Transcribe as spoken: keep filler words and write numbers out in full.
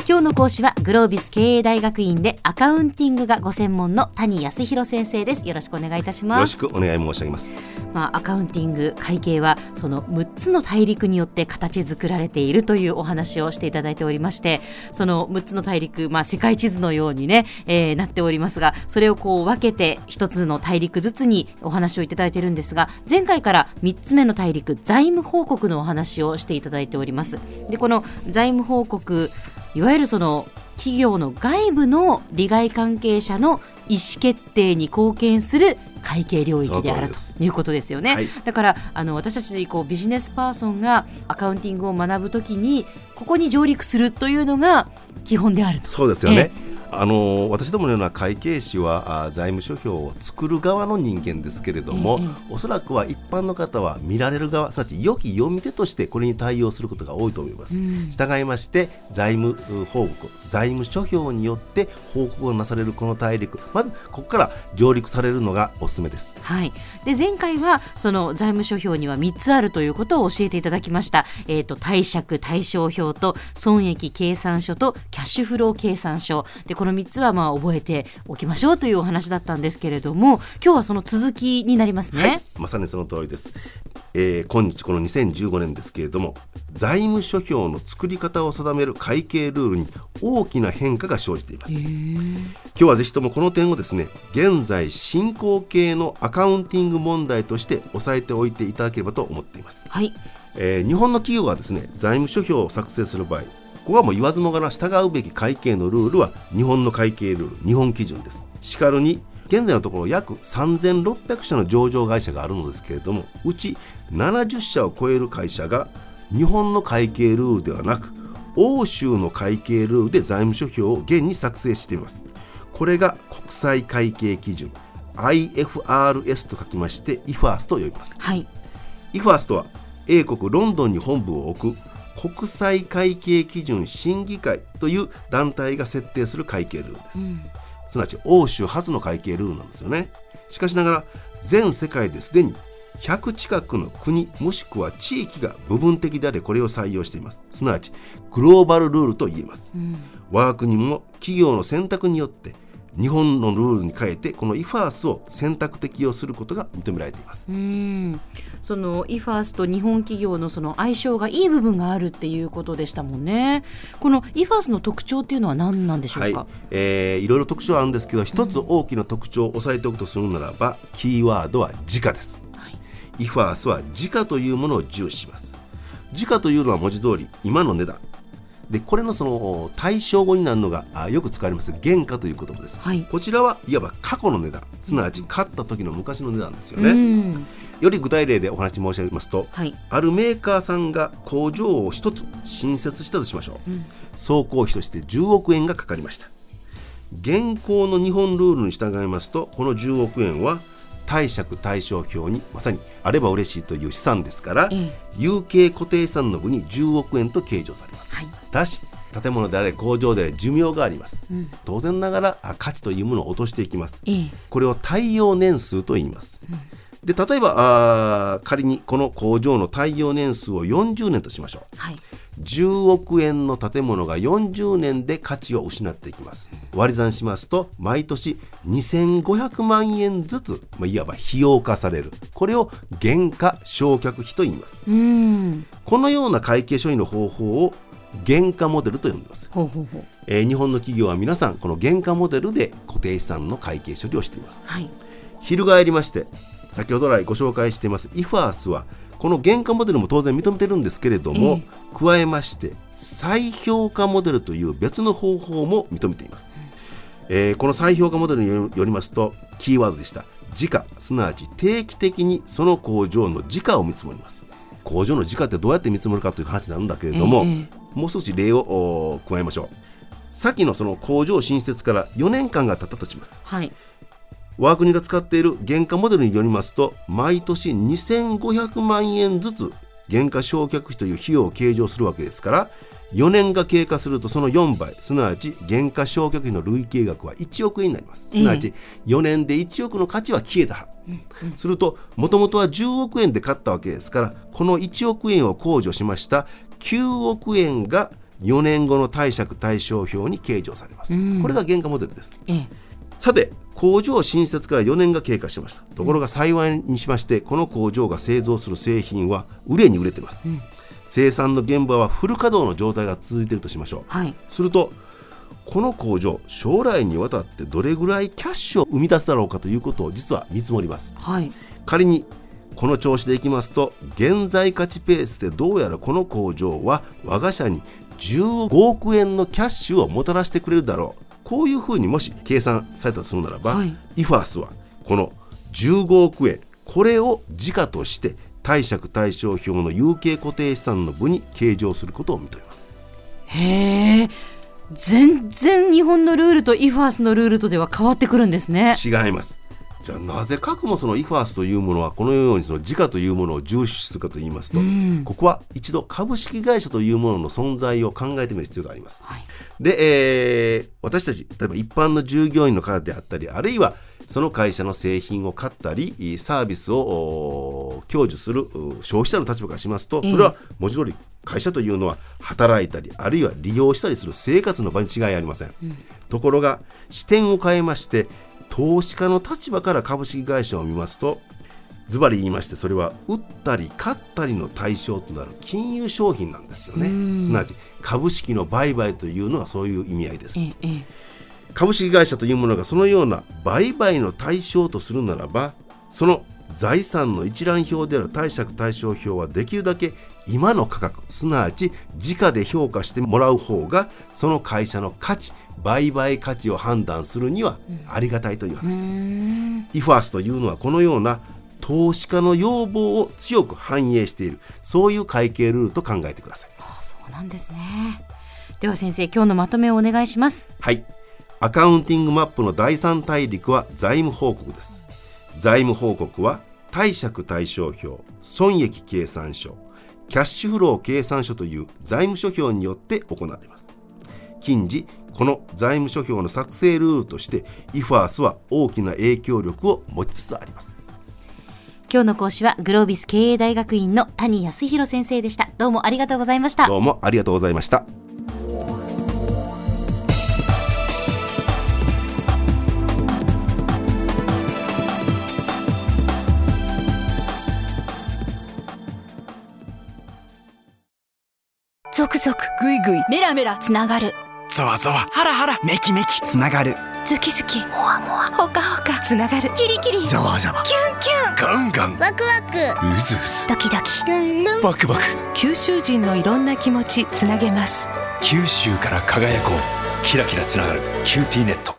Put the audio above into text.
今日の講師はグロービス経営大学院でアカウンティングがご専門の谷康弘先生です。よろしくお願いいたします。 よろしくお願い申し上げます。 まあ、アカウンティング会計はそのむっつの大陸によって形作られているというお話をしていただいておりまして、そのむっつの大陸、まあ、世界地図のように、ねえー、なっておりますが、それをこう分けてひとつの大陸ずつにお話をいただいているんですが、前回からみっつめの大陸財務報告のお話をしていただいております。でこの財務報告、いわゆるその企業の外部の利害関係者の意思決定に貢献する会計領域であるということですよね、はい、だからあの私たちこうビジネスパーソンがアカウンティングを学ぶときにここに上陸するというのが基本であると。 そうですよね、えーあの私どものような会計士は財務諸表を作る側の人間ですけれども、ええ、おそらくは一般の方は見られる側、すなわち良き読み手としてこれに対応することが多いと思います、うん、従いまして財務報告、財務諸表によって報告がなされるこの大陸、まずここから上陸されるのがおすすめです、 はい、で前回はその財務諸表にはみっつあるということを教えていただきました、えーと、貸借対照表と損益計算書とキャッシュフロー計算書で、このみっつはまあ覚えておきましょうというお話だったんですけれども、今日はその続きになりますね、 はい、まさにその通りです、えー、今日このにせんじゅうごねんですけれども、財務諸表の作り方を定める会計ルールに大きな変化が生じています。今日はぜひともこの点をですね、現在進行形のアカウンティング問題として押さえておいていただければと思っています、 はいえー、日本の企業がですね、財務諸表を作成する場合、ここはもう言わずもがな従うべき会計のルールは日本の会計ルール、日本基準です。しかるに現在のところ約さんぜんろっぴゃくしゃの上場会社があるのですけれども、うちななじゅっしゃを超える会社が日本の会計ルールではなく欧州の会計ルールで財務諸表を現に作成しています。これが国際会計基準 アイエフアールエス と書きまして アイファーエス と呼びます、 はい、 アイファーエス とは英国ロンドンに本部を置く国際会計基準審議会という団体が設定する会計ルールです、うん、すなわち欧州初の会計ルールなんですよね。しかしながら全世界ですでにひゃく近くの国もしくは地域が部分的であれこれを採用しています。すなわちグローバルルールと言えます、うん、我が国も企業の選択によって日本のルールに変えてこの アイファーエス を選択適用することが認められています。 うーんその アイファーエス と日本企業のその相性がいい部分があるっていうことでしたもんね。この アイファーエス の特徴っていうのは何なんでしょうか。 はい、えー、いろいろ特徴あるんですけど、一つ大きな特徴を押さえておくとするならば、うん、キーワードは時価です、はい、アイファーエス は時価というものを重視します。時価というのは文字通り今の値段で、これのその対象語になるのがよく使われます原価という言葉です、はい、こちらはいわば過去の値段、すなわち買った時の昔の値段ですよね、うん、より具体例でお話申し上げますと、はい、あるメーカーさんが工場を一つ新設したとしましょう、うん、総工費としてじゅうおくえんがかかりました。現行の日本ルールに従いますと、このじゅうおくえんは貸借対照表にまさにあれば嬉しいという資産ですから、ええ、有形固定資産の部にじゅうおくえんと計上されます、はい、ただし建物であれ工場であれ寿命があります、うん、当然ながら価値というものを落としていきます、ええ、これを耐用年数と言います、うん、で例えばあ仮にこの工場の耐用年数をよんじゅうねんとしましょう、はい、じゅうおくえんの建物がよんじゅうねんで価値を失っていきます。割り算しますと毎年にせんごひゃくまんえんずつ、まあ、いわば費用化される。これを原価償却費と言います。うーんこのような会計処理の方法を原価モデルと呼んでいます。ほうほうほう、えー、日本の企業は皆さんこの原価モデルで固定資産の会計処理をしています、はい、翻りまして先ほど来ご紹介しています アイファーエス はこの原価モデルも当然認めてるんですけれども、えー、加えまして再評価モデルという別の方法も認めています、えー、この再評価モデルによりますとキーワードでした時価、すなわち定期的にその工場の時価を見積もります。工場の時価ってどうやって見積もるかという話なんだけれども、えー、もう少し例を加えましょう。先のその工場新設からよねんかんが経ったとします、はい、我が国が使っている原価モデルによりますと毎年にせんごひゃくまんえんずつ原価償却費という費用を計上するわけですから、よねんが経過するとそのよんばい、すなわち原価償却費の累計額はいちおくえんになります。すなわちよねんでいちおくの価値は消えた、うんうん、するともともとはじゅうおくえんで買ったわけですから、このいちおくえんを控除しましたきゅうおくえんがよねんごの貸借対照表に計上されます、うん、これが原価モデルです、ええ、さて工場新設からよねんが経過しました。ところが幸いにしましてこの工場が製造する製品は売れに売れています、うん、生産の現場はフル稼働の状態が続いているとしましょう、はい、するとこの工場将来にわたってどれぐらいキャッシュを生み出すだろうかということを実は見積もります、はい、仮にこの調子でいきますと現在価値ペースでどうやらこの工場は我が社にじゅうごおくえんのキャッシュをもたらしてくれるだろう、こういうふうにもし計算されたとするならば、はい、イファースはこのじゅうごおくえんこれを時価として貸借対照表の有形固定資産の部に計上することを認めます。 へー、全然日本のルールとイファースのルールとでは変わってくるんですね。 違います。じゃあなぜかくもそのイファースというものはこのようにその時価というものを重視するかといいますと、うん、ここは一度株式会社というものの存在を考えてみる必要があります、はい、で、えー、私たち例えば一般の従業員の方であったりあるいはその会社の製品を買ったりサービスを享受する消費者の立場からしますと、それは文字通り会社というのは働いたりあるいは利用したりする生活の場に違いありません、うん、ところが視点を変えまして投資家の立場から株式会社を見ますとズバリ言いましてそれは売ったり買ったりの対象となる金融商品なんですよね。すなわち株式の売買というのはそういう意味合いです、ええ、株式会社というものがそのような売買の対象とするならばその財産の一覧表である貸借対照表はできるだけ今の価格すなわち時価で評価してもらう方がその会社の価値売買価値を判断するにはありがたいという話です、うん、イファースというのはこのような投資家の要望を強く反映しているそういう会計ルールと考えてください、 はあ、そうなんですね。では先生今日のまとめをお願いします。 はい、アカウンティングマップのだいさん大陸は財務報告です。財務報告は貸借対照表、損益計算書、キャッシュフロー計算書という財務諸表によって行われます。近時この財務諸表の作成ルールとしてイファースは大きな影響力を持ちつつあります。 今日の講師はグロービス経営大学院の谷康弘先生でした。どうもありがとうございました。 どうもありがとうございました。 ゾクゾクグイグイメラメラつながる、 ゾワゾワハラハラメキメキつながる、 ズキズキモワモワホカホカつながる、キリキリザワザワキュンキュンガンガンワクワクウズウズドキドキルンルンバクバク、 九州人のいろんな気持ちつなげます。 九州から輝こう、キラキラつながるキューティーネット。